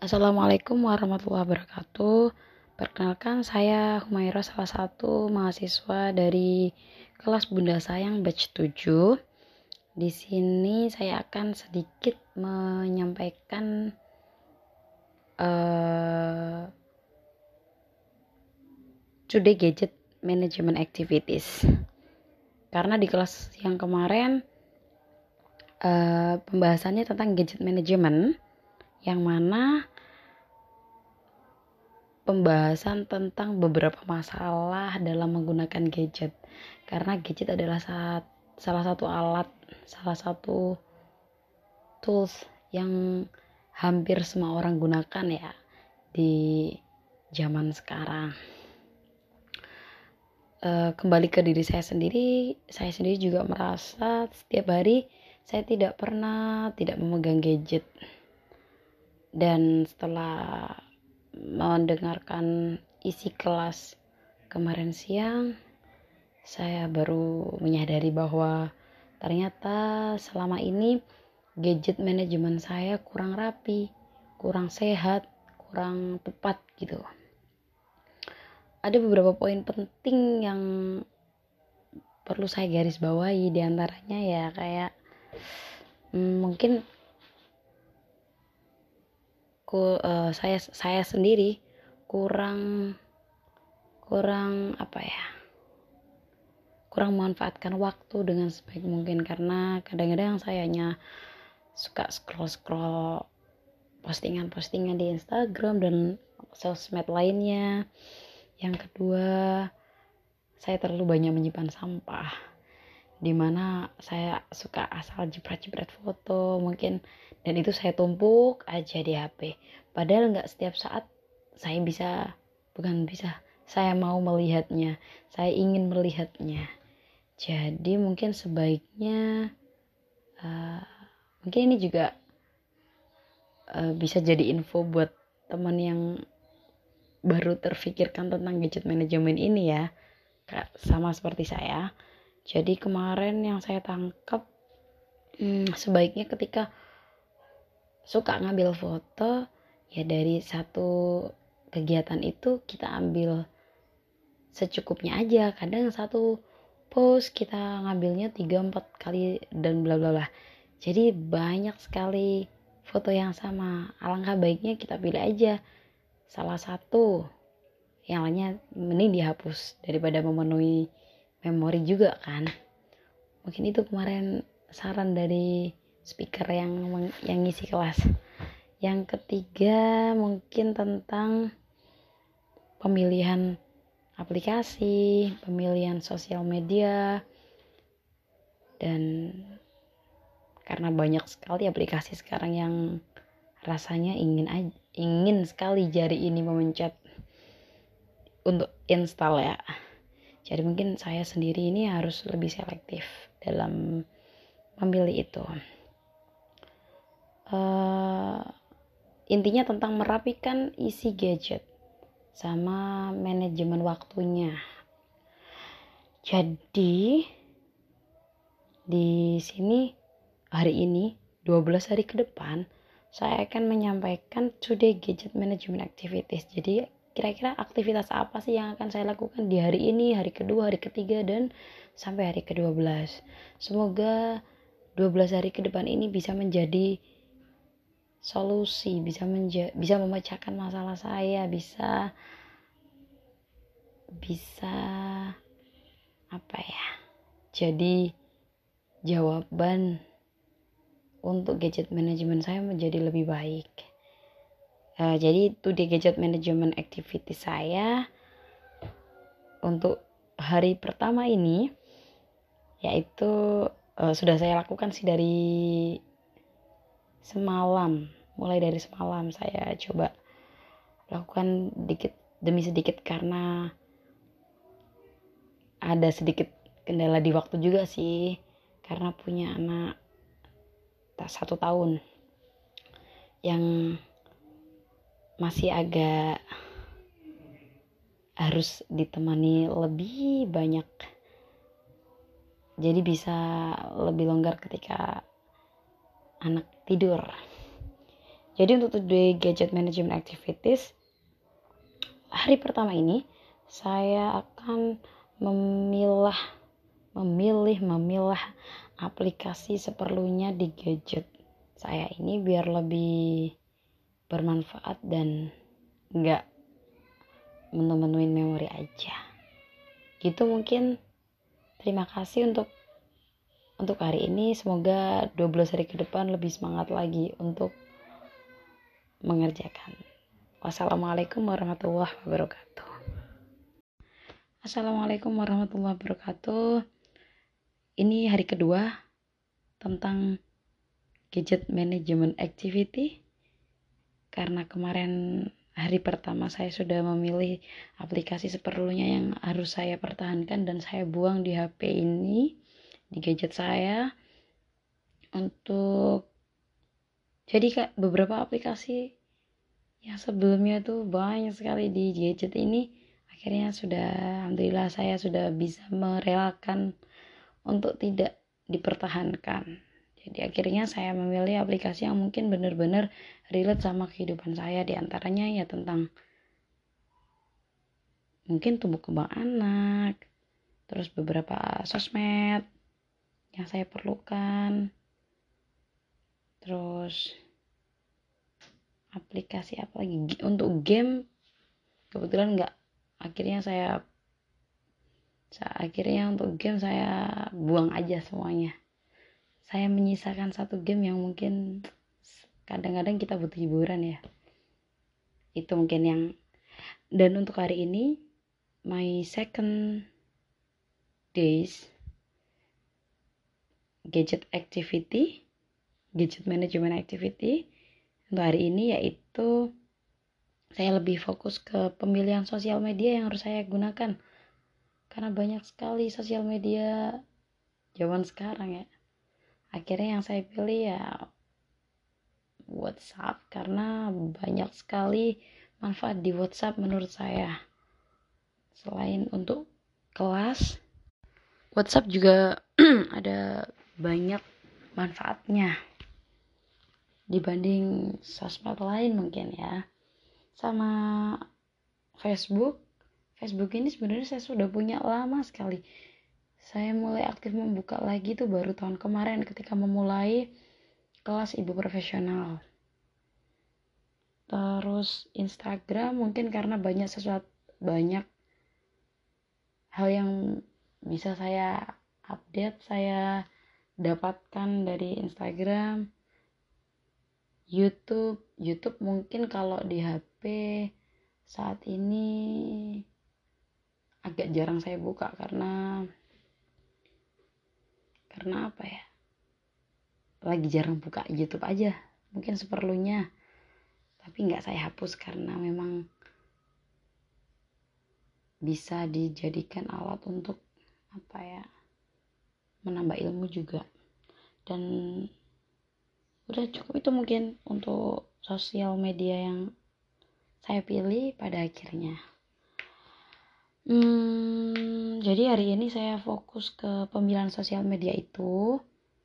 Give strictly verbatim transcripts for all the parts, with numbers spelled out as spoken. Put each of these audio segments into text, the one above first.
Assalamualaikum warahmatullahi wabarakatuh. Perkenalkan, saya Humaira, salah satu mahasiswa dari kelas Bunda Sayang batch tujuh. Di sini saya akan sedikit menyampaikan uh, today gadget management activities. Karena di kelas yang kemarin uh, pembahasannya tentang gadget management, yang mana pembahasan tentang beberapa masalah dalam menggunakan gadget, karena gadget adalah saat, salah satu alat, salah satu tools yang hampir semua orang gunakan ya di zaman sekarang. E, kembali ke diri saya sendiri, saya sendiri juga merasa setiap hari saya tidak pernah tidak memegang gadget. Dan setelah mendengarkan isi kelas kemarin siang, saya baru menyadari bahwa ternyata selama ini gadget manajemen saya kurang rapi, kurang sehat, kurang tepat gitu. Ada beberapa poin penting yang perlu saya garis bawahi, diantaranya ya kayak hmm, mungkin ku, uh, saya saya sendiri kurang kurang apa ya kurang memanfaatkan waktu dengan sebaik mungkin, karena kadang-kadang saya hanya suka scroll-scroll postingan-postingan di Instagram dan sosmed lainnya. Yang kedua, saya terlalu banyak menyimpan sampah, dimana saya suka asal jepret-jepret foto mungkin, dan itu saya tumpuk aja di H P, padahal nggak setiap saat saya bisa bukan bisa saya mau melihatnya, saya ingin melihatnya. Jadi mungkin sebaiknya uh, mungkin ini juga uh, bisa jadi info buat teman yang baru terfikirkan tentang gadget manajemen ini ya, sama seperti saya. Jadi kemarin yang saya tangkap, hmm, sebaiknya ketika suka ngambil foto ya dari satu kegiatan itu kita ambil secukupnya aja. Kadang satu post kita ngambilnya tiga empat kali dan bla bla bla. Jadi banyak sekali foto yang sama. Alangkah baiknya kita pilih aja salah satu, yang lainnya mending dihapus daripada memenuhi memori juga kan. Mungkin itu kemarin saran dari speaker yang yang ngisi kelas. Yang ketiga mungkin tentang pemilihan aplikasi, pemilihan sosial media, dan karena banyak sekali aplikasi sekarang yang rasanya ingin ingin sekali jari ini memencet untuk install ya. Jadi mungkin saya sendiri ini harus lebih selektif dalam memilih itu. Uh, intinya tentang merapikan isi gadget sama manajemen waktunya. Jadi di sini hari ini dua belas hari ke depan saya akan menyampaikan today gadget management activities. Jadi kira-kira aktivitas apa sih yang akan saya lakukan di hari ini, hari kedua, hari ketiga, dan sampai hari ke dua belas. Semoga dua belas hari ke depan ini bisa menjadi solusi, bisa menja- bisa memecahkan masalah saya, bisa bisa apa ya? Jadi jawaban untuk gadget manajemen saya menjadi lebih baik. Uh, jadi today gadget management activity saya untuk hari pertama ini yaitu uh, sudah saya lakukan sih dari semalam. Mulai dari semalam saya coba lakukan dikit demi sedikit, karena ada sedikit kendala di waktu juga sih, karena punya anak satu tahun yang masih agak harus ditemani lebih banyak, jadi bisa lebih longgar ketika anak tidur. Jadi untuk today gadget management activities, hari pertama ini saya akan memilah memilih memilah aplikasi seperlunya di gadget saya ini biar lebih bermanfaat dan enggak menemuin memori aja. Gitu mungkin. Terima kasih untuk untuk hari ini. Semoga dua belas hari ke depan lebih semangat lagi untuk mengerjakan. Wassalamualaikum warahmatullahi wabarakatuh. Assalamualaikum warahmatullahi wabarakatuh. Ini hari kedua tentang gadget management activity. Karena kemarin hari pertama saya sudah memilih aplikasi seperlunya yang harus saya pertahankan dan saya buang di H P ini, di gadget saya. Untuk jadi kak, beberapa aplikasi yang sebelumnya tuh banyak sekali di gadget ini, akhirnya sudah, alhamdulillah saya sudah bisa merelakan untuk tidak dipertahankan. Jadi akhirnya saya memilih aplikasi yang mungkin benar-benar relate sama kehidupan saya, diantaranya ya tentang mungkin tumbuh kembang anak, terus beberapa sosmed yang saya perlukan, terus aplikasi apa lagi untuk game kebetulan nggak, akhirnya saya, saya akhirnya untuk game saya buang aja semuanya. Saya menyisakan satu game yang mungkin kadang-kadang kita butuh hiburan ya, itu mungkin yang. Dan untuk hari ini my second days gadget activity gadget management activity untuk hari ini yaitu saya lebih fokus ke pemilihan sosial media yang harus saya gunakan, karena banyak sekali sosial media zaman sekarang ya. Akhirnya yang saya pilih ya WhatsApp, karena banyak sekali manfaat di WhatsApp menurut saya. Selain untuk kelas, WhatsApp juga ada banyak manfaatnya dibanding sosmed lain mungkin ya. Sama Facebook. Facebook ini sebenarnya saya sudah punya lama sekali. Saya mulai aktif membuka lagi tuh baru tahun kemarin ketika memulai kelas ibu profesional. Terus Instagram mungkin karena banyak sesuatu, banyak hal yang bisa saya update, saya dapatkan dari Instagram. YouTube, YouTube mungkin kalau di H P saat ini agak jarang saya buka karena karena apa ya, lagi jarang buka YouTube aja, mungkin seperlunya. Tapi nggak saya hapus karena memang bisa dijadikan alat untuk apa ya, menambah ilmu juga. Dan udah cukup itu mungkin untuk sosial media yang saya pilih pada akhirnya. Hmm, jadi hari ini saya fokus ke pemilihan sosial media itu.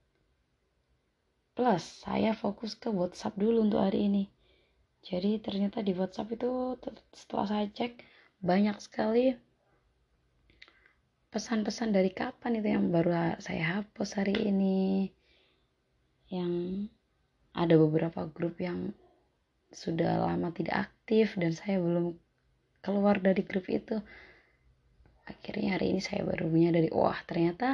Plus saya fokus ke WhatsApp dulu untuk hari ini. Jadi ternyata di WhatsApp itu setelah saya cek banyak sekali pesan-pesan dari kapan itu yang baru saya hapus hari ini. Yang ada beberapa grup yang sudah lama tidak aktif dan saya belum keluar dari grup itu. Akhirnya hari ini saya baru menyadari, wah ternyata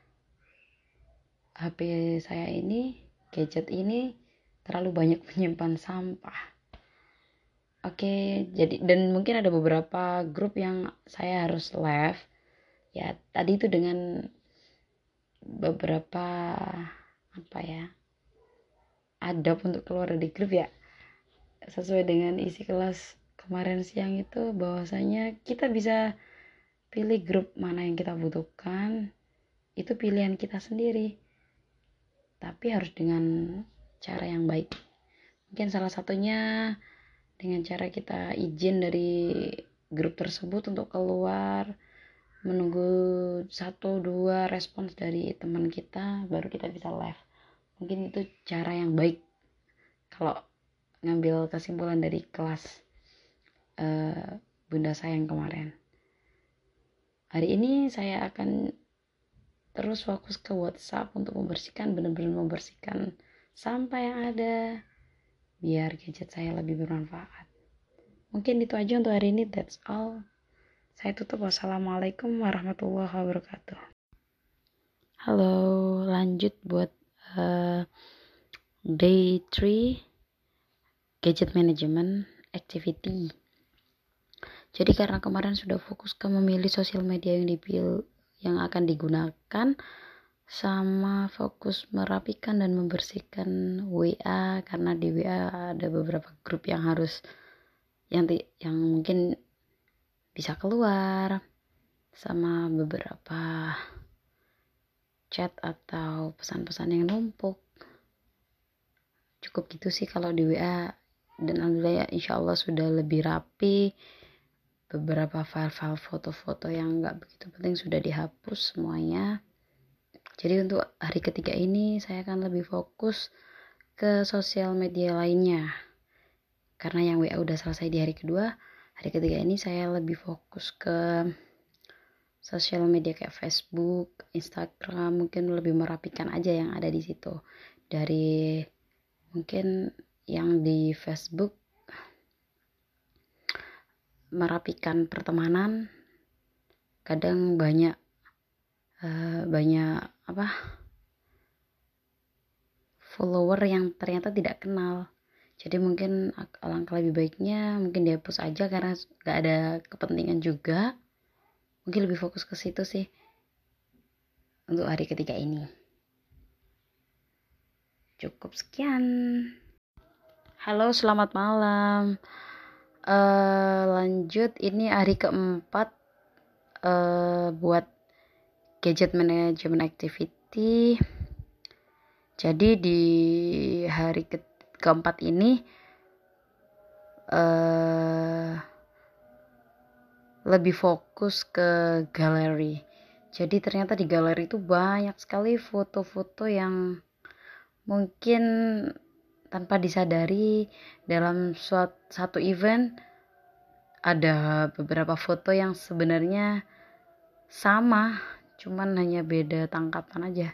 H P saya ini, gadget ini terlalu banyak menyimpan sampah. Oke, jadi dan mungkin ada beberapa grup yang saya harus left. Ya, tadi itu dengan beberapa apa ya, adab untuk keluar dari grup ya. Sesuai dengan isi kelas kemarin siang itu, bahwasanya kita bisa pilih grup mana yang kita butuhkan, itu pilihan kita sendiri, tapi harus dengan cara yang baik. Mungkin salah satunya dengan cara kita izin dari grup tersebut untuk keluar, menunggu satu dua respons dari teman kita baru kita bisa live. Mungkin itu cara yang baik kalau ngambil kesimpulan dari kelas uh, bunda saya yang kemarin. Hari ini saya akan terus fokus ke WhatsApp untuk membersihkan, benar-benar membersihkan sampah yang ada, biar gadget saya lebih bermanfaat. Mungkin itu aja untuk hari ini. That's all. Saya tutup. Wassalamualaikum warahmatullahi wabarakatuh. Halo, lanjut buat uh, day three gadget management activity. Jadi karena kemarin sudah fokus ke memilih sosial media yang dipilih yang akan digunakan, sama fokus merapikan dan membersihkan W A, karena di W A ada beberapa grup yang harus yang yang mungkin bisa keluar, sama beberapa chat atau pesan-pesan yang numpuk. Cukup gitu sih kalau di W A, dan alhamdulillah ya, insya Allah sudah lebih rapi. Beberapa file-file foto-foto yang nggak begitu penting sudah dihapus semuanya. Jadi untuk hari ketiga ini saya akan lebih fokus ke sosial media lainnya. Karena yang W A udah selesai di hari kedua, hari ketiga ini saya lebih fokus ke sosial media kayak Facebook, Instagram, mungkin lebih merapikan aja yang ada di situ. Dari mungkin yang di Facebook merapikan pertemanan, kadang banyak uh, banyak apa follower yang ternyata tidak kenal. Jadi mungkin alangkah lebih baiknya mungkin dihapus aja karena gak ada kepentingan juga. Mungkin lebih fokus ke situ sih untuk hari ketiga ini. Cukup sekian. Halo, selamat malam. Uh, lanjut, ini hari keempat uh, buat gadget management activity. Jadi di hari ke- keempat ini uh, lebih fokus ke galeri. Jadi ternyata di galeri itu banyak sekali foto-foto yang mungkin tanpa disadari dalam suatu satu event ada beberapa foto yang sebenarnya sama, cuman hanya beda tangkapan aja.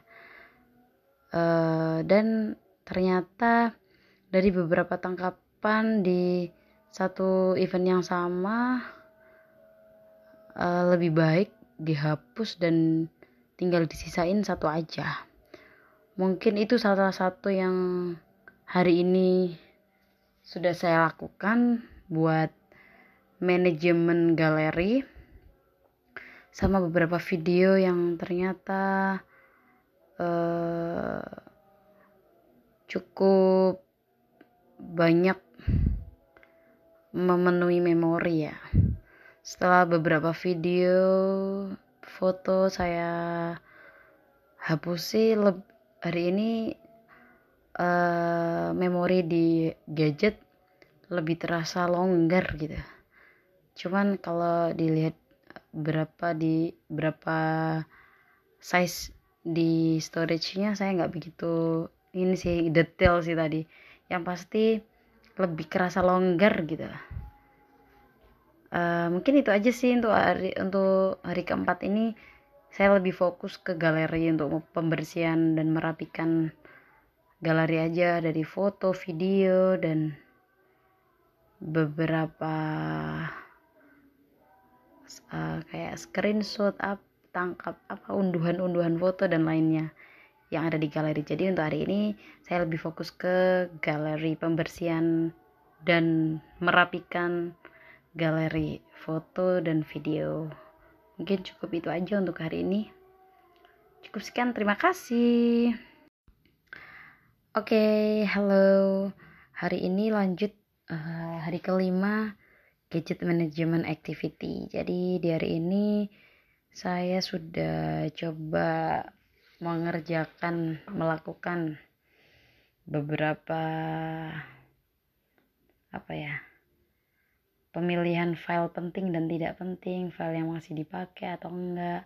Uh, dan ternyata dari beberapa tangkapan di satu event yang sama uh, lebih baik dihapus dan tinggal disisain satu aja. Mungkin itu salah satu yang hari ini sudah saya lakukan buat manajemen galeri, sama beberapa video yang ternyata uh, cukup banyak memenuhi memori ya. Setelah beberapa video foto saya hapusi, hari ini uh, memori di gadget lebih terasa longgar gitu. Cuman kalau dilihat berapa di berapa size di storage-nya saya nggak begitu ini sih detail sih tadi. Yang pasti lebih kerasa longgar gitu. Uh, mungkin itu aja sih untuk hari untuk hari keempat ini. Saya lebih fokus ke galeri untuk pembersihan dan merapikan galeri aja, dari foto, video, dan beberapa uh, kayak screenshot, up, tangkap apa unduhan-unduhan foto dan lainnya yang ada di galeri. Jadi untuk hari ini saya lebih fokus ke galeri, pembersihan dan merapikan galeri foto dan video. Mungkin cukup itu aja untuk hari ini. Cukup sekian, terima kasih. Oke, okay, halo. Hari ini lanjut uh, hari kelima gadget management activity. Jadi di hari ini saya sudah coba mengerjakan, melakukan beberapa apa ya pemilihan file penting dan tidak penting, file yang masih dipakai atau enggak,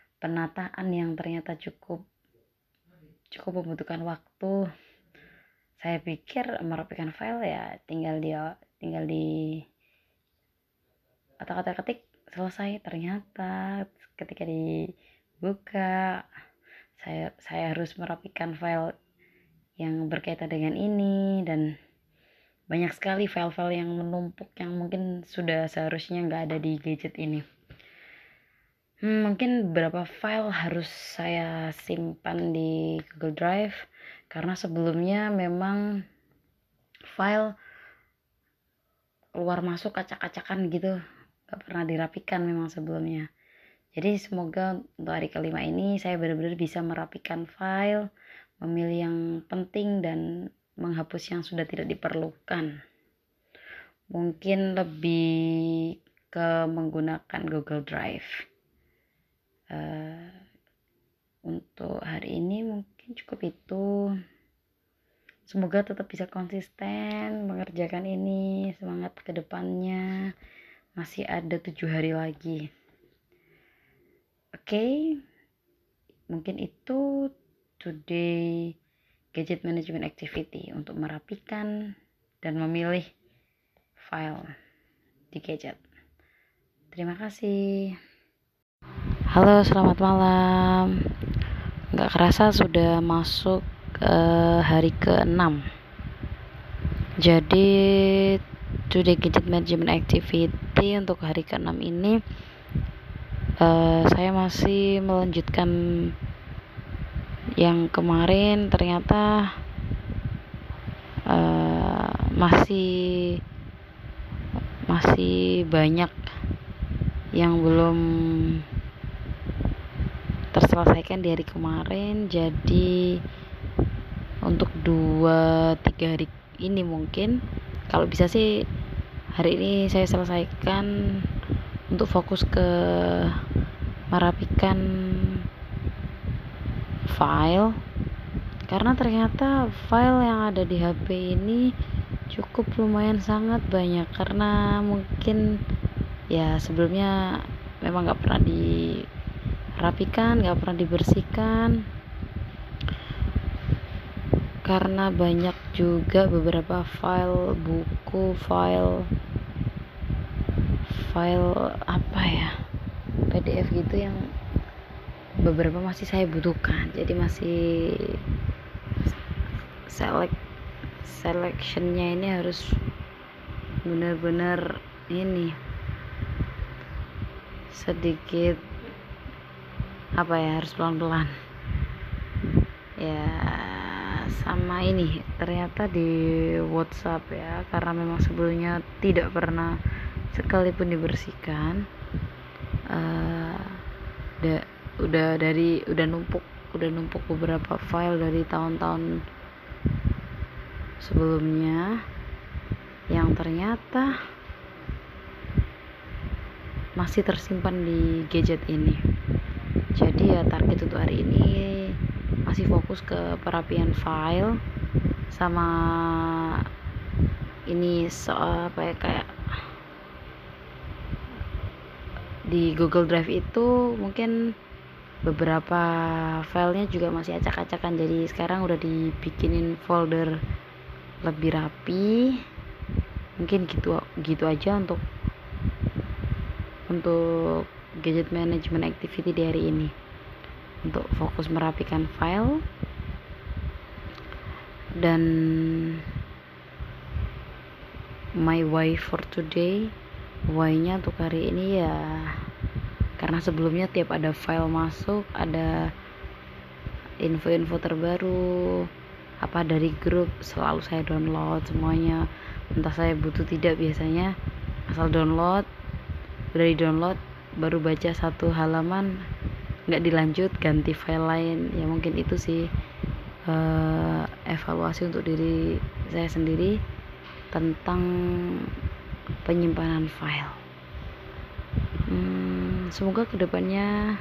penataan yang ternyata cukup cukup membutuhkan waktu, Saya pikir merapikan file ya tinggal dia tinggal di kata-kata ketik selesai. Ternyata ketika dibuka saya saya harus merapikan file yang berkaitan dengan ini, dan banyak sekali file-file yang menumpuk yang mungkin sudah seharusnya nggak ada di gadget ini. Hmm, mungkin beberapa file harus saya simpan di Google Drive karena sebelumnya memang file keluar masuk acak-acakan gitu, gak pernah dirapikan memang sebelumnya. Jadi semoga untuk hari kelima ini saya benar-benar bisa merapikan file, memilih yang penting dan menghapus yang sudah tidak diperlukan. Mungkin lebih ke menggunakan Google Drive. Uh, untuk hari ini mungkin cukup itu. Semoga tetap bisa konsisten mengerjakan ini. Semangat ke depannya. Masih ada tujuh hari lagi. Oke, okay. Mungkin itu today gadget management activity untuk merapikan dan memilih file di gadget. Terima kasih. Halo, selamat malam. Gak kerasa sudah masuk uh, hari keenam. Jadi today gadget management activity untuk hari keenam ini uh, saya masih melanjutkan yang kemarin. Ternyata uh, masih masih banyak yang belum terselesaikan di hari kemarin. Jadi untuk dua tiga hari ini mungkin kalau bisa sih hari ini saya selesaikan untuk fokus ke merapikan file, karena ternyata file yang ada di H P ini cukup lumayan sangat banyak, karena mungkin ya sebelumnya memang gak pernah dirapikan, gak pernah dibersihkan, karena banyak juga beberapa file buku, file file apa ya, P D F gitu yang beberapa masih saya butuhkan. Jadi masih select selectionnya ini harus benar-benar ini sedikit apa ya, harus pelan-pelan ya. Sama ini ternyata di WhatsApp ya, karena memang sebelumnya tidak pernah sekalipun dibersihkan. uh, da, udah dari udah numpuk udah numpuk beberapa file dari tahun-tahun sebelumnya yang ternyata masih tersimpan di gadget ini. Jadi ya target untuk hari ini masih fokus ke perapian file sama ini soal apa ya, kayak di Google Drive itu mungkin beberapa filenya juga masih acak-acakan. Jadi sekarang udah dibikinin folder lebih rapi. Mungkin gitu gitu aja untuk untuk gadget management activity di hari ini, untuk fokus merapikan file. Dan my why for today, why-nya untuk hari ini ya karena sebelumnya tiap ada file masuk, ada info-info terbaru apa dari grup, selalu saya download semuanya, entah saya butuh tidak. Biasanya asal download, udah di download baru baca satu halaman nggak dilanjut, ganti file lain. Ya mungkin itu sih uh, evaluasi untuk diri saya sendiri tentang penyimpanan file. hmm, semoga kedepannya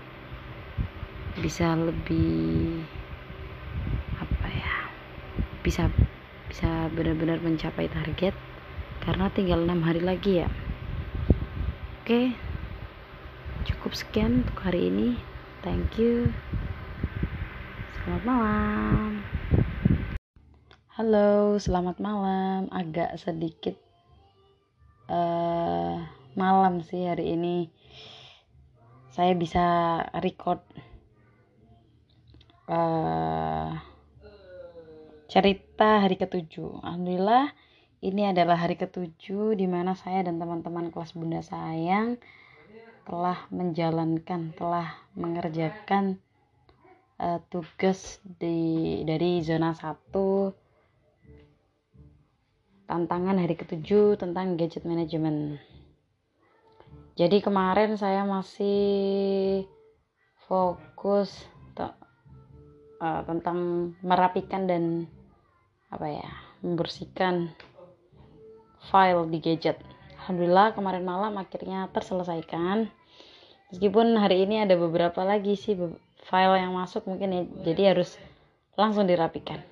bisa lebih apa ya, bisa bisa benar-benar mencapai target, karena tinggal enam hari lagi ya. Oke, cukup sekian untuk hari ini. Thank you. Selamat malam. Halo, selamat malam. Agak sedikit uh, malam sih hari ini. Saya bisa record uh, cerita hari ketujuh. Alhamdulillah, ini adalah hari ketujuh di mana saya dan teman-teman kelas Bunda Sayang telah menjalankan, telah mengerjakan uh, tugas di dari zona satu, tantangan hari ketujuh tentang gadget management. Jadi kemarin saya masih fokus te- uh, tentang merapikan dan apa ya, membersihkan file di gadget. Alhamdulillah kemarin malam akhirnya terselesaikan. Meskipun hari ini ada beberapa lagi sih file yang masuk mungkin ya, jadi harus langsung dirapikan.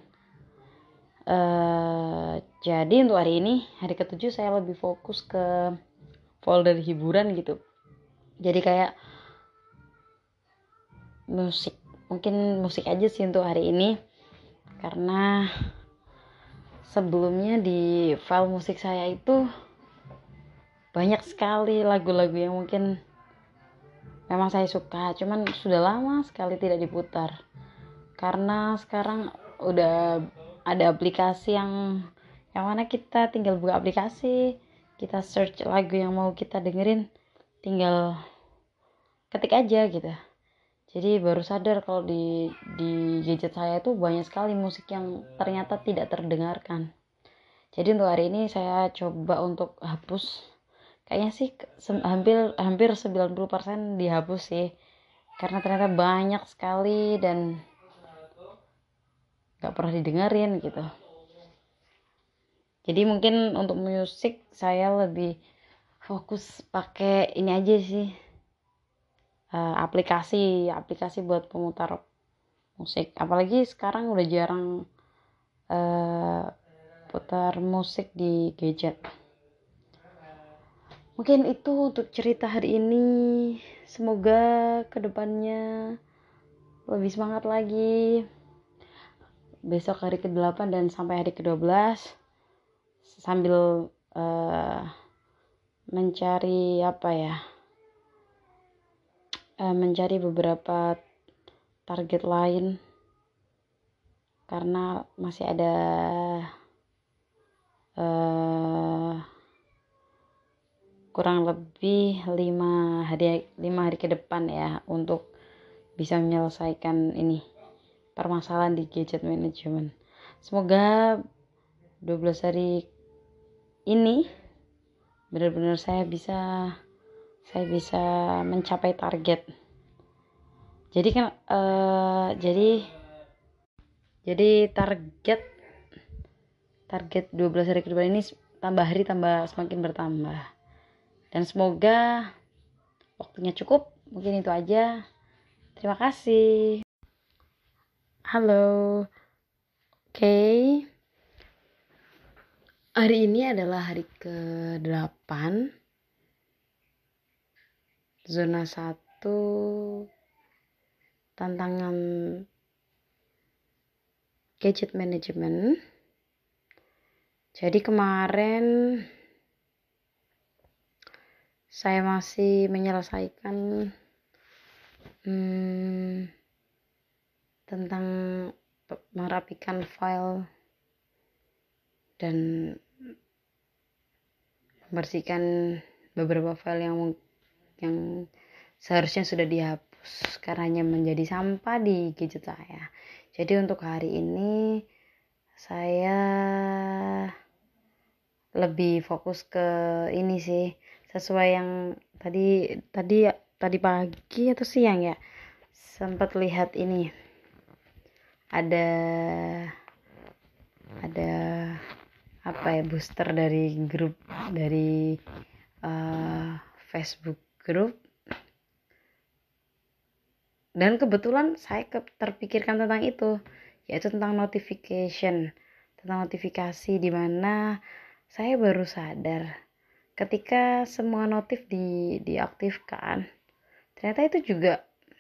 Uh, jadi untuk hari ini, hari ketujuh saya lebih fokus ke folder hiburan gitu. Jadi kayak musik, mungkin musik aja sih untuk hari ini, karena sebelumnya di file musik saya itu banyak sekali lagu-lagu yang mungkin memang saya suka, cuman sudah lama sekali tidak diputar karena sekarang udah ada aplikasi yang yang mana kita tinggal buka aplikasi, kita search lagu yang mau kita dengerin, tinggal ketik aja gitu. Jadi baru sadar kalau di di gadget saya itu banyak sekali musik yang ternyata tidak terdengarkan. Jadi untuk hari ini saya coba untuk hapus. Kayaknya sih hampir hampir sembilan puluh persen dihapus sih. Karena ternyata banyak sekali dan gak pernah didengerin gitu. Jadi mungkin untuk musik saya lebih fokus pakai ini aja sih. Uh, aplikasi aplikasi buat pemutar musik, apalagi sekarang udah jarang uh, putar musik di gadget. Mungkin itu untuk cerita hari ini. Semoga kedepannya lebih semangat lagi. Besok hari kedelapan dan sampai hari kedua belas sambil uh, mencari apa ya uh, mencari beberapa target lain, karena masih ada uh, kurang lebih lima hari lima hari ke depan ya untuk bisa menyelesaikan ini permasalahan di gadget management. Semoga dua belas hari ini benar-benar saya bisa saya bisa mencapai target. Jadi kan uh, jadi jadi target target dua belas hari ke depan ini tambah hari tambah semakin bertambah. Dan semoga waktunya cukup. Mungkin itu aja. Terima kasih. Halo. Oke. Okay. Hari ini adalah hari ke-delapan. Zona satu tantangan gadget management. Jadi kemarin saya masih menyelesaikan hmm, tentang merapikan file dan membersihkan beberapa file yang yang seharusnya sudah dihapus karena menjadi sampah di gadget saya. Jadi untuk hari ini saya lebih fokus ke ini sih, sesuai yang tadi tadi tadi pagi atau siang ya sempat lihat ini ada ada apa ya booster dari grup dari uh, Facebook grup, dan kebetulan saya terpikirkan tentang itu, yaitu tentang notification tentang notifikasi, di mana saya baru sadar ketika semua notif di diaktifkan, ternyata itu juga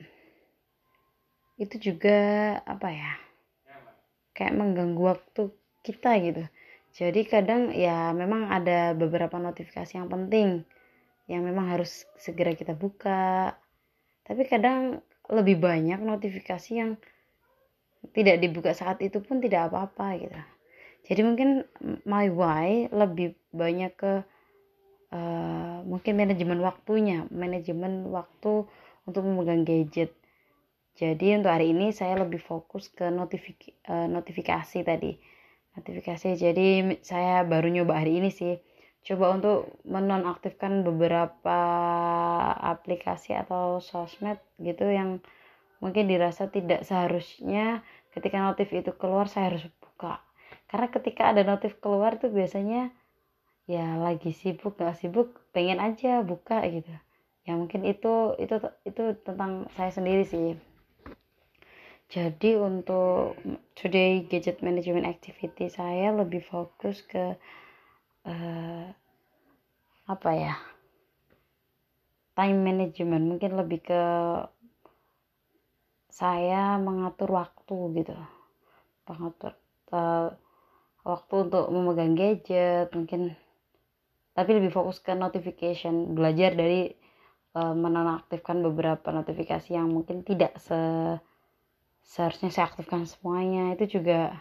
itu juga apa ya kayak mengganggu waktu kita gitu. Jadi kadang ya memang ada beberapa notifikasi yang penting yang memang harus segera kita buka, tapi kadang lebih banyak notifikasi yang tidak dibuka saat itu pun tidak apa-apa gitu. Jadi mungkin my why lebih banyak ke uh, mungkin manajemen waktunya, manajemen waktu untuk memegang gadget. Jadi untuk hari ini saya lebih fokus ke notifik- uh, notifikasi tadi. Notifikasi. Jadi saya baru nyoba hari ini sih. Coba untuk menonaktifkan beberapa aplikasi atau sosmed gitu yang mungkin dirasa tidak seharusnya ketika notif itu keluar saya harus buka. Karena ketika ada notif keluar tuh biasanya ya lagi sibuk gak sibuk pengen aja buka gitu. Ya mungkin itu itu itu tentang saya sendiri sih. Jadi untuk today gadget management activity saya lebih fokus ke uh, apa ya, time management, mungkin lebih ke saya mengatur waktu gitu, mengatur uh, waktu untuk memegang gadget mungkin, tapi lebih fokus ke notification, belajar dari uh, menonaktifkan beberapa notifikasi yang mungkin tidak se seharusnya saya aktifkan semuanya. Itu juga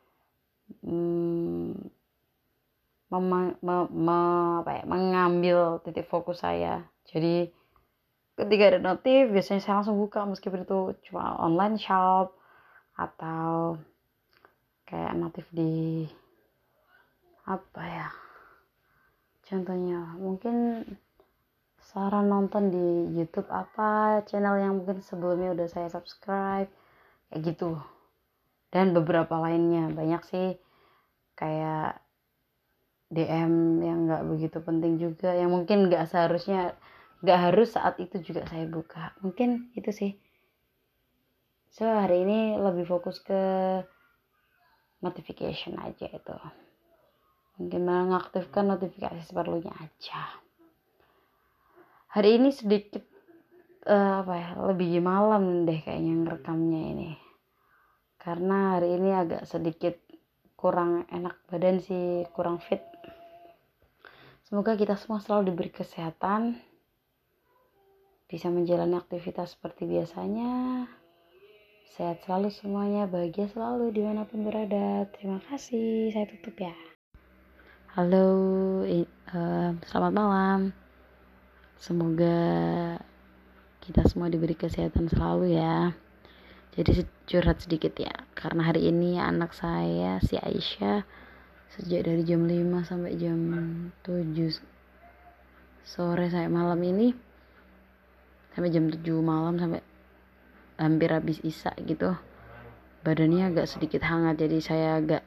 hmm, mem- me- me- apa ya, mengambil titik fokus saya. Jadi ketika ada notif biasanya saya langsung buka, meskipun itu cuma online shop atau kayak notif di apa ya, contohnya mungkin saran nonton di YouTube apa channel yang mungkin sebelumnya udah saya subscribe kayak gitu, dan beberapa lainnya banyak sih, kayak D M yang nggak begitu penting juga, yang mungkin nggak seharusnya, nggak harus saat itu juga saya buka. Mungkin itu sih. So hari ini lebih fokus ke notification aja itu. Mungkin mengaktifkan notifikasi seperlunya aja. Hari ini sedikit uh, apa ya, lebih malam deh kayaknya ngerekamnya ini. Karena hari ini agak sedikit kurang enak badan sih, kurang fit. Semoga kita semua selalu diberi kesehatan, bisa menjalani aktivitas seperti biasanya, sehat selalu semuanya, bahagia selalu dimanapun berada. Terima kasih, saya tutup ya. Halo, uh, selamat malam. Semoga kita semua diberi kesehatan selalu ya. Jadi curhat sedikit ya, karena hari ini anak saya si Aisyah sejak dari jam lima sampai jam tujuh sore sampai malam ini, sampai jam tujuh malam, sampai hampir habis isya gitu, badannya agak sedikit hangat. Jadi saya agak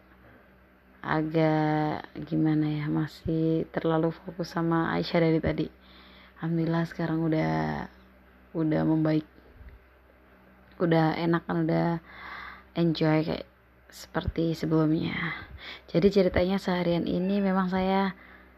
agak gimana ya, masih terlalu fokus sama Aisyah dari tadi. Alhamdulillah sekarang udah udah membaik, udah enak kan, udah enjoy kayak seperti sebelumnya. Jadi ceritanya seharian ini memang saya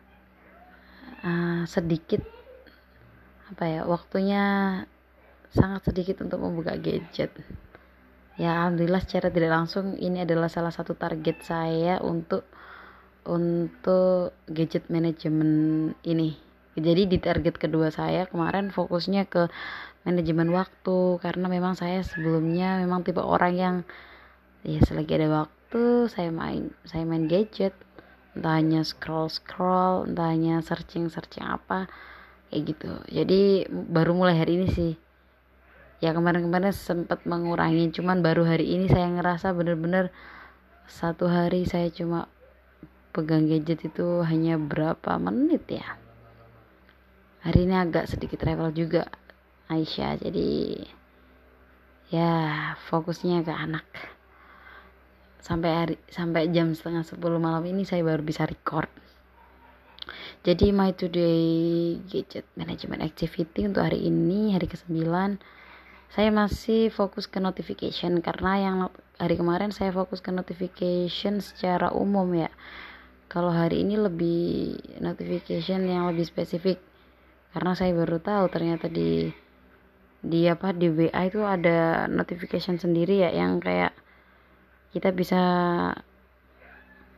uh, sedikit apa ya, waktunya sangat sedikit untuk membuka gadget. Ya alhamdulillah secara tidak langsung ini adalah salah satu target saya untuk untuk gadget manajemen ini. Jadi di target kedua saya kemarin fokusnya ke manajemen waktu, karena memang saya sebelumnya memang tipe orang yang ya selagi ada waktu saya main saya main gadget, entah hanya scroll scroll, entah hanya searching searching apa kayak gitu. Jadi baru mulai hari ini sih ya, kemarin-kemarin sempat mengurangi, cuman baru hari ini saya ngerasa bener-bener satu hari saya cuma pegang gadget itu hanya berapa menit ya. Hari ini agak sedikit travel juga Aisyah, jadi ya fokusnya ke anak. Sampai hari, sampai jam setengah sepuluh malam ini saya baru bisa record. Jadi my today gadget management activity untuk hari ini, hari kesembilan, saya masih fokus ke notification, karena yang hari kemarin saya fokus ke notification secara umum ya. Kalau hari ini lebih notification yang lebih spesifik, karena saya baru tahu ternyata di di apa di W A itu ada notification sendiri ya, yang kayak kita bisa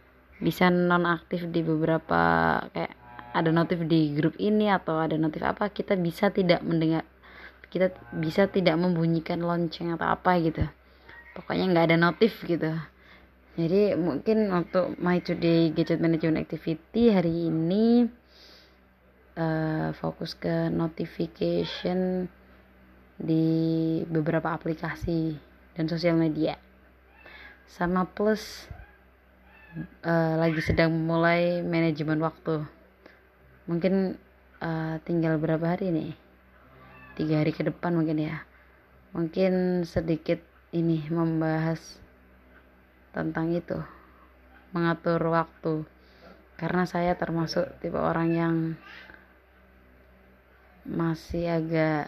bisa nonaktif di beberapa, kayak ada notif di grup ini atau ada notif apa, kita bisa tidak mendengar, kita bisa tidak membunyikan lonceng atau apa gitu, pokoknya nggak ada notif gitu. Jadi mungkin untuk my today gadget management activity hari ini uh, fokus ke notification di beberapa aplikasi dan sosial media, sama plus uh, lagi sedang memulai manajemen waktu. Mungkin uh, tinggal berapa hari nih, tiga hari ke depan mungkin ya, mungkin sedikit ini membahas tentang itu, mengatur waktu, karena saya termasuk tipe orang yang masih agak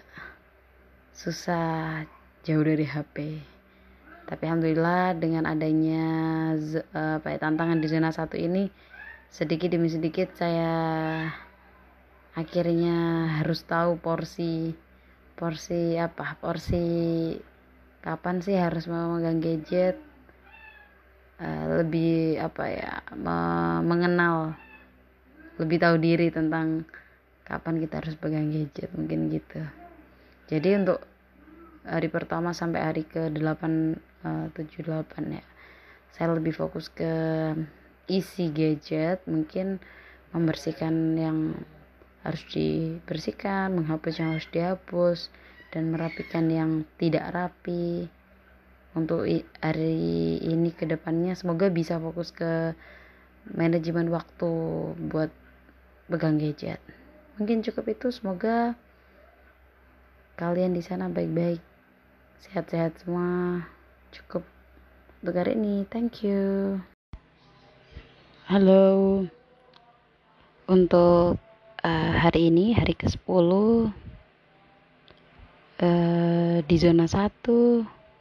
susah jauh dari H P. Tapi alhamdulillah dengan adanya apa ya, tantangan di zona satu ini, sedikit demi sedikit saya akhirnya harus tahu porsi porsi apa porsi kapan sih harus memegang gadget. Uh, lebih apa ya me- mengenal, lebih tahu diri tentang kapan kita harus pegang gadget, mungkin gitu. Jadi untuk hari pertama sampai hari ke delapan, tujuh, delapan ya, saya lebih fokus ke isi gadget, mungkin membersihkan yang harus dibersihkan, menghapus yang harus dihapus, dan merapikan yang tidak rapi. Untuk hari ini ke depannya semoga bisa fokus ke manajemen waktu buat pegang gadget. Mungkin cukup itu, semoga kalian di sana baik-baik, sehat-sehat semua. Cukup untuk hari ini, thank you. Halo, untuk uh, hari ini hari ke sepuluh uh, di zona satu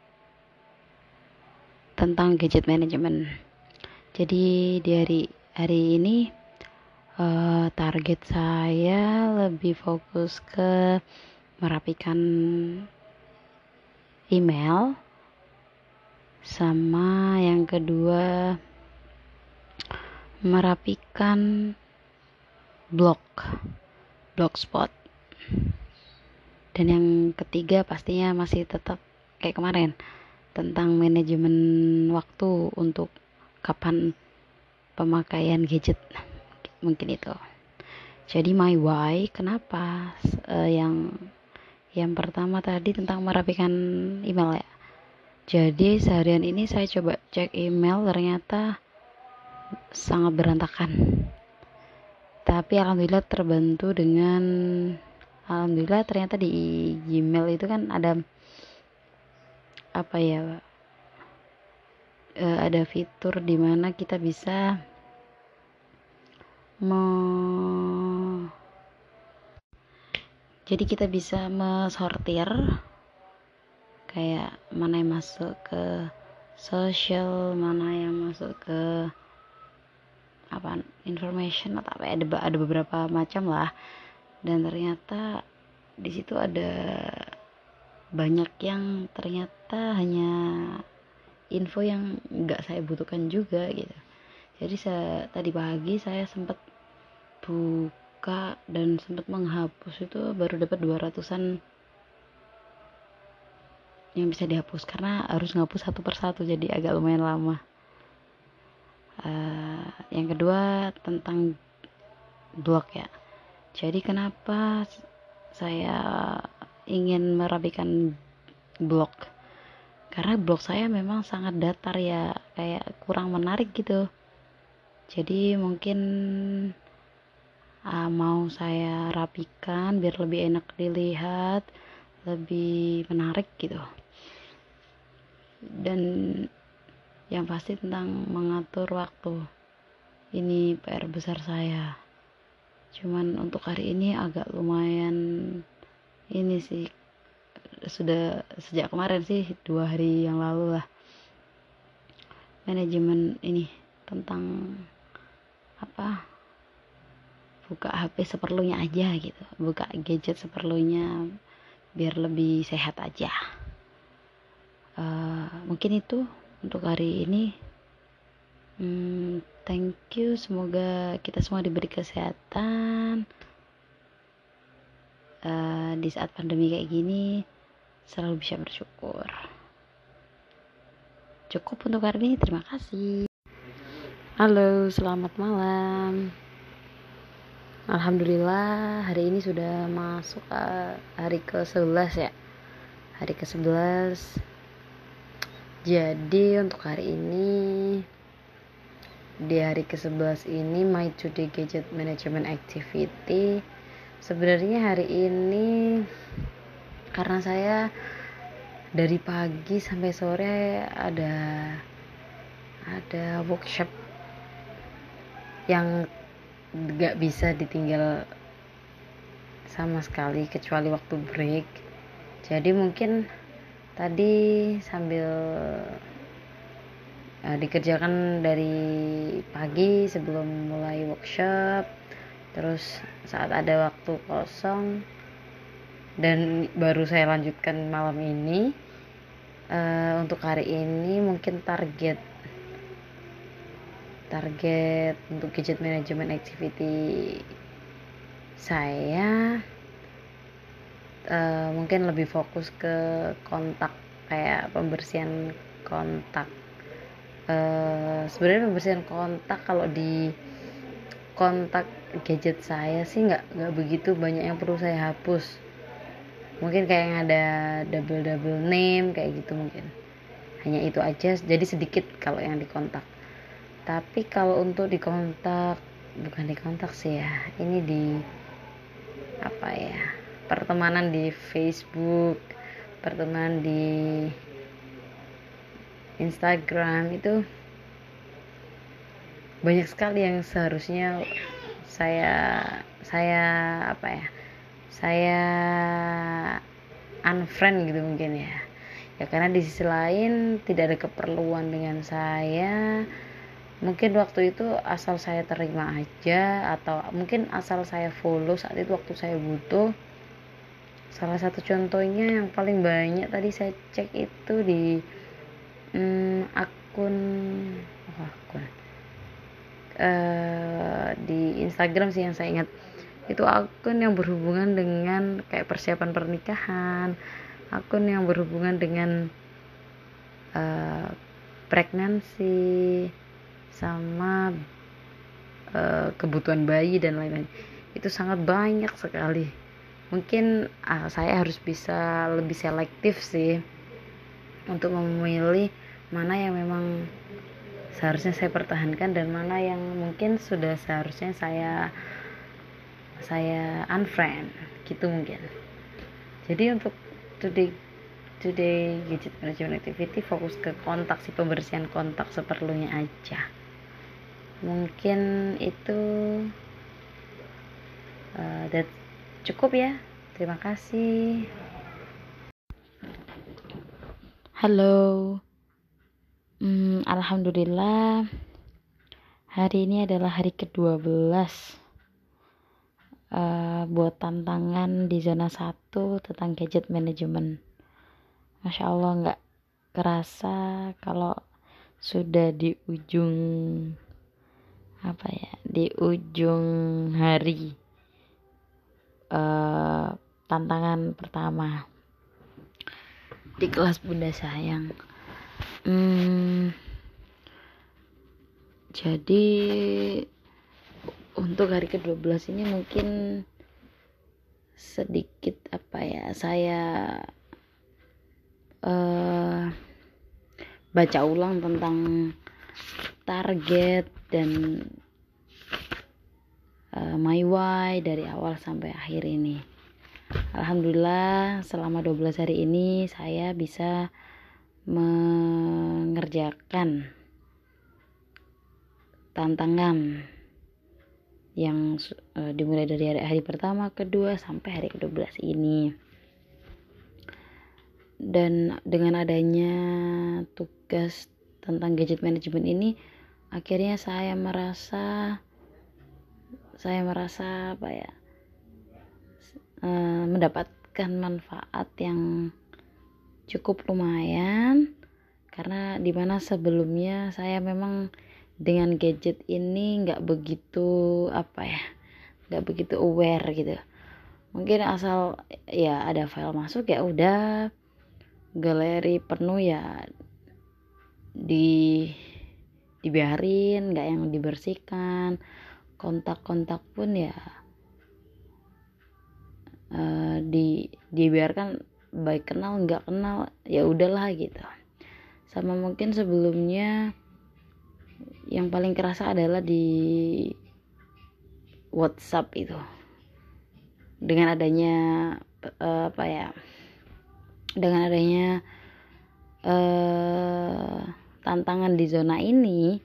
tentang gadget management. Jadi di hari hari ini uh, target saya lebih fokus ke merapikan email, sama yang kedua merapikan blog blogspot, dan yang ketiga pastinya masih tetap kayak kemarin tentang manajemen waktu untuk kapan pemakaian gadget, mungkin itu. Jadi my why, kenapa uh, yang yang pertama tadi tentang merapikan email ya. Jadi seharian ini saya coba cek email, ternyata sangat berantakan. Tapi alhamdulillah terbantu dengan alhamdulillah ternyata di Gmail itu kan ada apa ya, e, ada fitur di mana kita bisa me jadi kita bisa mensortir kayak mana yang masuk ke social, mana yang masuk ke apa information atau apa, ada ada beberapa macam lah. Dan ternyata di situ ada banyak yang ternyata hanya info yang nggak saya butuhkan juga gitu. Jadi saya tadi pagi saya sempat buka dan sempat menghapus, itu baru dapat dua ratusan yang bisa dihapus karena harus ngapus satu persatu, jadi agak lumayan lama. Uh, yang kedua tentang blog ya. Jadi kenapa saya ingin merapikan blog? Karena blog saya memang sangat datar ya, kayak kurang menarik gitu. Jadi mungkin uh, mau saya rapikan biar lebih enak dilihat, lebih menarik gitu. Dan yang pasti tentang mengatur waktu, ini P R besar saya. Cuman untuk hari ini agak lumayan ini sih, sudah sejak kemarin sih, dua hari yang lalu lah, manajemen ini tentang apa, buka H P seperlunya aja gitu, buka gadget seperlunya biar lebih sehat aja. Uh, mungkin itu untuk hari ini. hmm, thank you, semoga kita semua diberi kesehatan uh, di saat pandemi kayak gini, selalu bisa bersyukur. Cukup untuk hari ini, terima kasih. Halo, selamat malam. Alhamdulillah hari ini sudah masuk uh, hari ke sebelas ya. Hari ke sebelas. Jadi untuk hari ini, di hari ke sebelas ini My Today Gadget Management Activity, sebenarnya hari ini karena saya dari pagi sampai sore ada ada workshop yang gak bisa ditinggal sama sekali kecuali waktu break. Jadi mungkin tadi sambil uh, dikerjakan dari pagi sebelum mulai workshop, terus saat ada waktu kosong, dan baru saya lanjutkan malam ini. Uh, untuk hari ini mungkin target target untuk gadget management activity saya uh, mungkin lebih fokus ke kontak, kayak pembersihan kontak. Uh, sebenarnya pembersihan kontak kalau di kontak gadget saya sih nggak nggak begitu banyak yang perlu saya hapus. Mungkin kayak yang ada double double name kayak gitu, mungkin hanya itu aja, jadi sedikit kalau yang di kontak. Tapi kalau untuk di kontak, bukan di kontak sih ya, ini di apa ya, pertemanan di Facebook, pertemanan di Instagram, itu banyak sekali yang seharusnya saya saya apa ya saya unfriend gitu mungkin ya ya karena di sisi lain tidak ada keperluan dengan saya. Mungkin waktu itu asal saya terima aja, atau mungkin asal saya follow saat itu waktu saya butuh. Salah satu contohnya yang paling banyak tadi saya cek itu di hmm, akun oh, akun uh, di Instagram sih yang saya ingat. Itu akun yang berhubungan dengan kayak persiapan pernikahan, akun yang berhubungan dengan uh, pregnancy sama uh, kebutuhan bayi dan lain-lain. Itu sangat banyak sekali. Mungkin uh, saya harus bisa lebih selektif sih untuk memilih mana yang memang seharusnya saya pertahankan dan mana yang mungkin sudah seharusnya saya saya unfriend gitu mungkin. Jadi untuk today today gadget management activity fokus ke kontak, si pembersihan kontak seperlunya aja. Mungkin itu uh, that cukup ya. Terima kasih. Halo. Hmm, Alhamdulillah hari ini adalah hari kedua belas uh, buat tantangan di zona satu tentang gadget management. Masya Allah, nggak kerasa kalau sudah di ujung apa ya di ujung hari uh, tantangan pertama di kelas Bunda Sayang. hmm, jadi untuk hari kedua belas ini mungkin sedikit apa ya saya uh, baca ulang tentang target dan uh, my why dari awal sampai akhir ini. Alhamdulillah selama dua belas hari ini saya bisa mengerjakan tantangan yang uh, dimulai dari hari, hari pertama, kedua sampai hari kedua belas ini. Dan dengan adanya tugas tentang gadget management ini, akhirnya saya merasa saya merasa apa ya uh, mendapatkan manfaat yang cukup lumayan, karena dimana sebelumnya saya memang dengan gadget ini nggak begitu apa ya nggak begitu aware gitu. Mungkin asal ya ada file masuk ya udah, galeri penuh ya di dibiarin, nggak yang dibersihkan. Kontak-kontak pun ya uh, di dibiarkan, baik kenal nggak kenal ya udahlah gitu. Sama mungkin sebelumnya yang paling kerasa adalah di WhatsApp itu, dengan adanya uh, apa ya dengan adanya uh, tantangan di zona ini,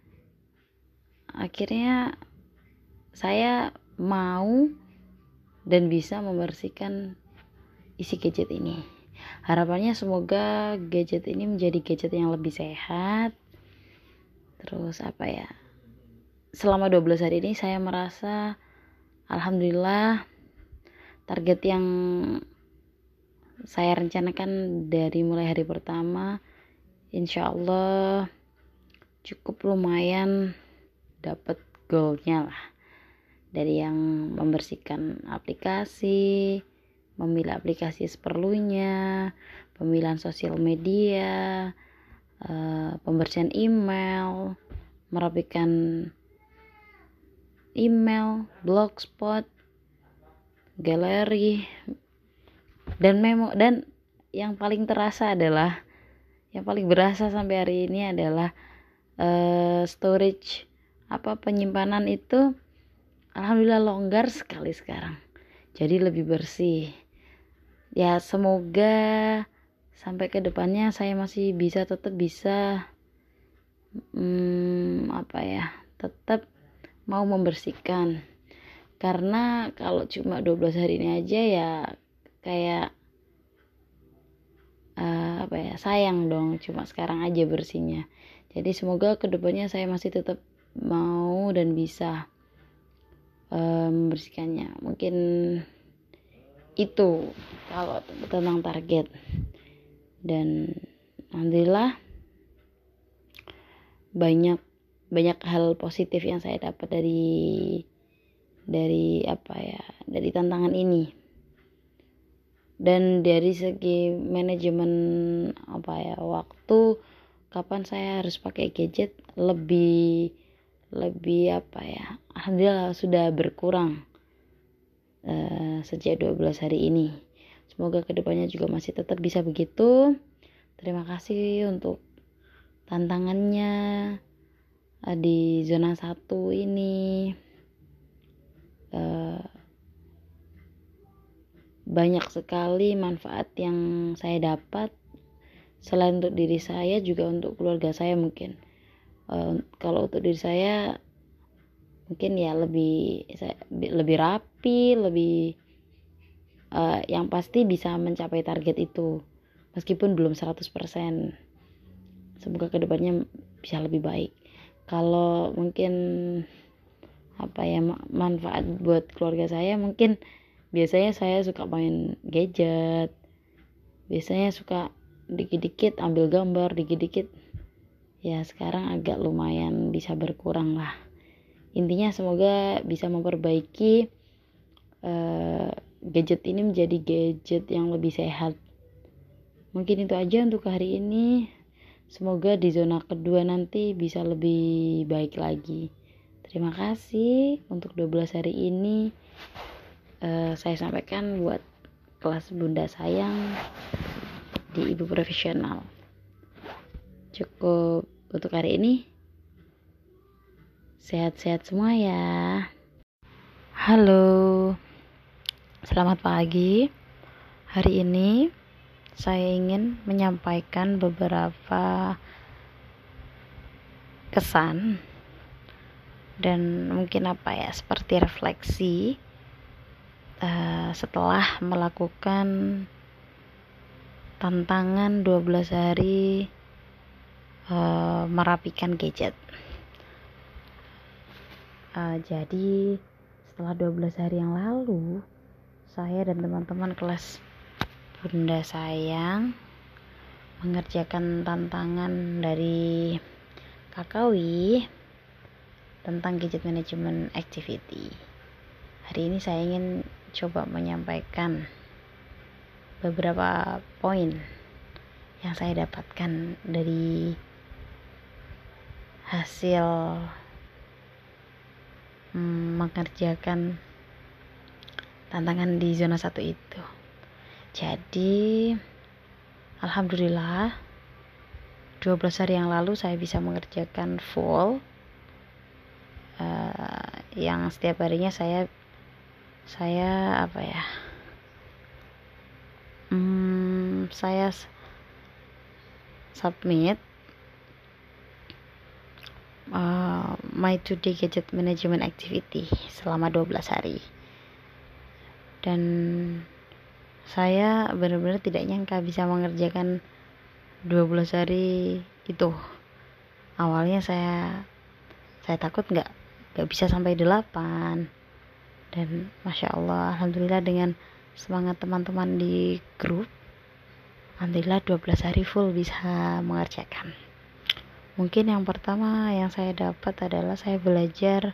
akhirnya saya mau dan bisa membersihkan isi gadget ini. Harapannya semoga gadget ini menjadi gadget yang lebih sehat. Terus apa ya, selama dua belas hari ini saya merasa alhamdulillah target yang saya rencanakan dari mulai hari pertama insya Allah cukup lumayan dapat goalnya lah. Dari yang membersihkan aplikasi, memilih aplikasi seperlunya, pemilihan sosial media, uh, pembersihan email, merapikan email, blogspot, galeri, dan memo. Dan yang paling terasa adalah, yang paling berasa sampai hari ini adalah uh, storage apa penyimpanan itu alhamdulillah longgar sekali sekarang, jadi lebih bersih ya. Semoga sampai ke depannya saya masih bisa tetap bisa hmm, apa ya tetap mau membersihkan, karena kalau cuma dua belas hari ini aja ya kayak uh, apa ya sayang dong, cuma sekarang aja bersihnya. Jadi semoga kedepannya saya masih tetap mau dan bisa membersihkannya. Mungkin itu kalau tentang target. Dan alhamdulillah banyak banyak hal positif yang saya dapat dari dari apa ya dari tantangan ini. Dan dari segi manajemen apa ya waktu, kapan saya harus pakai gadget, lebih lebih apa ya alhamdulillah sudah berkurang uh, sejak dua belas hari ini. Semoga kedepannya juga masih tetap bisa begitu. Terima kasih untuk tantangannya uh, di zona satu ini. uh, banyak sekali manfaat yang saya dapat, selain untuk diri saya juga untuk keluarga saya. Mungkin Uh, kalau untuk diri saya mungkin ya lebih saya, lebih rapi, lebih uh, yang pasti bisa mencapai target itu meskipun belum seratus persen. Semoga kedepannya bisa lebih baik. Kalau mungkin apa ya manfaat buat keluarga saya, mungkin biasanya saya suka main gadget, biasanya suka dikit-dikit ambil gambar, dikit-dikit ya sekarang agak lumayan bisa berkurang lah. Intinya semoga bisa memperbaiki uh, gadget ini menjadi gadget yang lebih sehat. Mungkin itu aja untuk hari ini. Semoga di zona kedua nanti bisa lebih baik lagi. Terima kasih untuk dua belas hari ini. uh, saya sampaikan buat kelas Bunda Sayang di Ibu Profesional. Cukup untuk hari ini. Sehat-sehat semua ya. Halo, selamat pagi. Hari ini saya ingin menyampaikan beberapa kesan dan mungkin apa ya seperti refleksi uh, setelah melakukan tantangan dua belas hari Uh, merapikan gadget. Uh, jadi setelah dua belas hari yang lalu, saya dan teman-teman kelas Bunda Sayang mengerjakan tantangan dari Kakawi tentang gadget management activity. Hari ini saya ingin coba menyampaikan beberapa poin yang saya dapatkan dari hasil hmm, mengerjakan tantangan di zona satu itu. Jadi alhamdulillah dua belas hari yang lalu saya bisa mengerjakan full uh, yang setiap harinya saya saya apa ya hmm, saya submit uh, my two-day gadget management activity selama dua belas hari, dan saya benar-benar tidak nyangka bisa mengerjakan dua belas hari itu. Awalnya saya saya takut nggak nggak bisa sampai delapan, dan masya Allah, alhamdulillah dengan semangat teman-teman di grup, alhamdulillah dua belas hari full bisa mengerjakan. Mungkin yang pertama yang saya dapat adalah saya belajar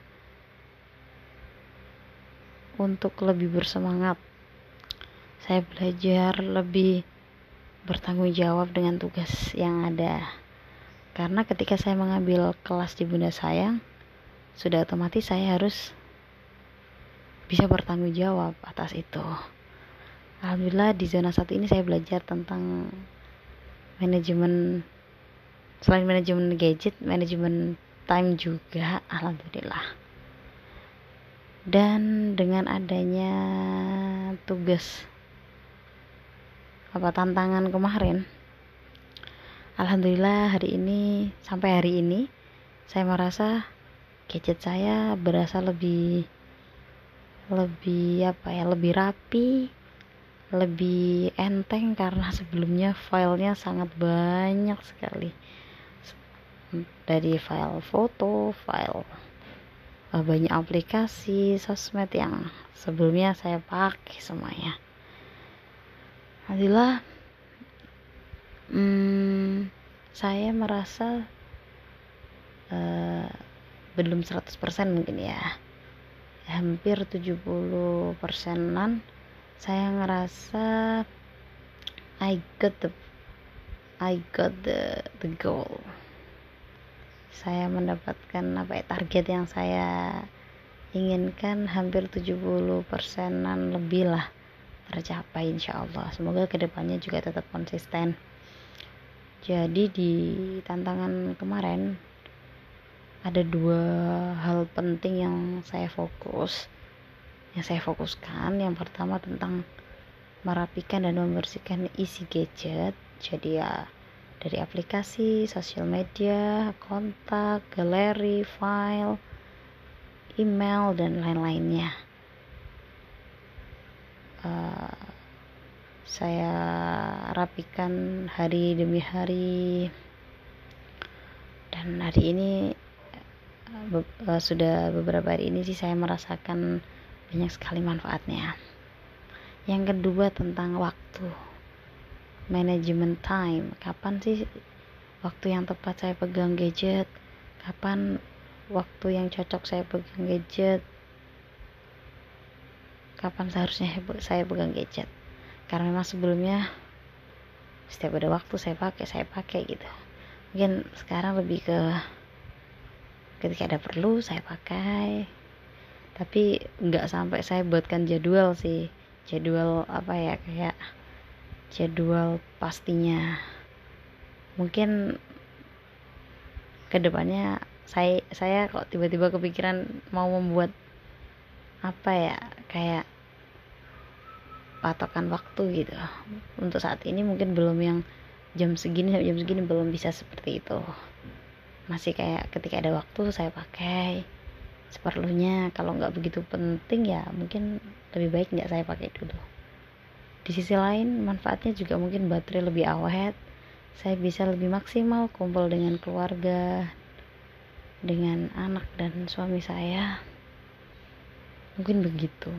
untuk lebih bersemangat. Saya belajar lebih bertanggung jawab dengan tugas yang ada. Karena ketika saya mengambil kelas di Bunda Sayang, sudah otomatis saya harus bisa bertanggung jawab atas itu. Alhamdulillah di zona satu ini saya belajar tentang manajemen, selain manajemen gadget, manajemen time juga, alhamdulillah. Dan dengan adanya tugas apa tantangan kemarin, alhamdulillah hari ini sampai hari ini saya merasa gadget saya berasa lebih lebih apa ya lebih rapi, lebih enteng, karena sebelumnya filenya sangat banyak sekali, dari file foto, file banyak aplikasi sosmed yang sebelumnya saya pakai semuanya. Alhamdulillah, hmm, saya merasa uh, belum seratus persen mungkin ya, hampir tujuh puluh persenan saya ngerasa I got the I got the the goal. Saya mendapatkan apa ya, target yang saya inginkan hampir tujuh puluh persenan lebih lah tercapai insyaallah. Semoga kedepannya juga tetap konsisten. Jadi di tantangan kemarin ada dua hal penting yang saya fokus yang saya fokuskan. Yang pertama tentang merapikan dan membersihkan isi gadget, jadi ya dari aplikasi, sosial media, kontak, galeri, file, email, dan lain-lainnya. Uh, saya rapikan hari demi hari, dan hari ini be- uh, sudah beberapa hari ini sih saya merasakan banyak sekali manfaatnya. Yang kedua tentang waktu, manajemen time. Kapan sih waktu yang tepat saya pegang gadget, kapan waktu yang cocok saya pegang gadget, kapan seharusnya saya pegang gadget. Karena memang sebelumnya setiap ada waktu saya pakai saya pakai gitu. Mungkin sekarang lebih ke ketika ada perlu saya pakai, tapi nggak sampai saya buatkan jadwal sih, jadwal apa ya, kayak jadwal pastinya. Mungkin kedepannya saya saya kok tiba-tiba kepikiran mau membuat apa ya, kayak patokan waktu gitu. Untuk saat ini mungkin belum yang jam segini sampai jam segini, belum bisa seperti itu. Masih kayak ketika ada waktu saya pakai seperlunya. Kalau nggak begitu penting ya mungkin lebih baik nggak saya pakai dulu. Di sisi lain manfaatnya juga mungkin baterai lebih awet, saya bisa lebih maksimal kumpul dengan keluarga, dengan anak dan suami saya, mungkin begitu.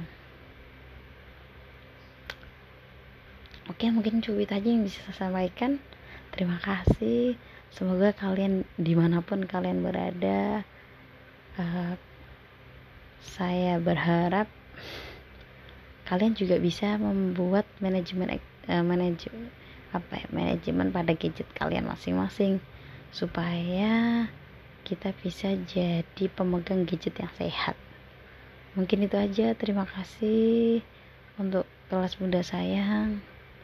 Oke, mungkin cukup aja yang bisa saya sampaikan. Terima kasih. Semoga kalian dimanapun kalian berada, uh, saya berharap kalian juga bisa membuat manajemen uh, manajemen apa ya manajemen pada gadget kalian masing-masing supaya kita bisa jadi pemegang gadget yang sehat. Mungkin itu aja. Terima kasih untuk kelas muda sayang.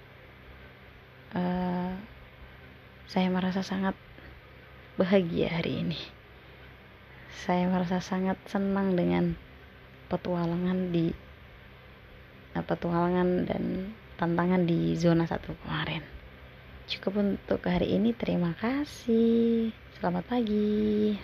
uh, saya merasa sangat bahagia hari ini. Saya merasa sangat senang dengan petualangan di petualangan dan tantangan di zona satu kemarin. Cukup untuk hari ini. Terima kasih. Selamat pagi.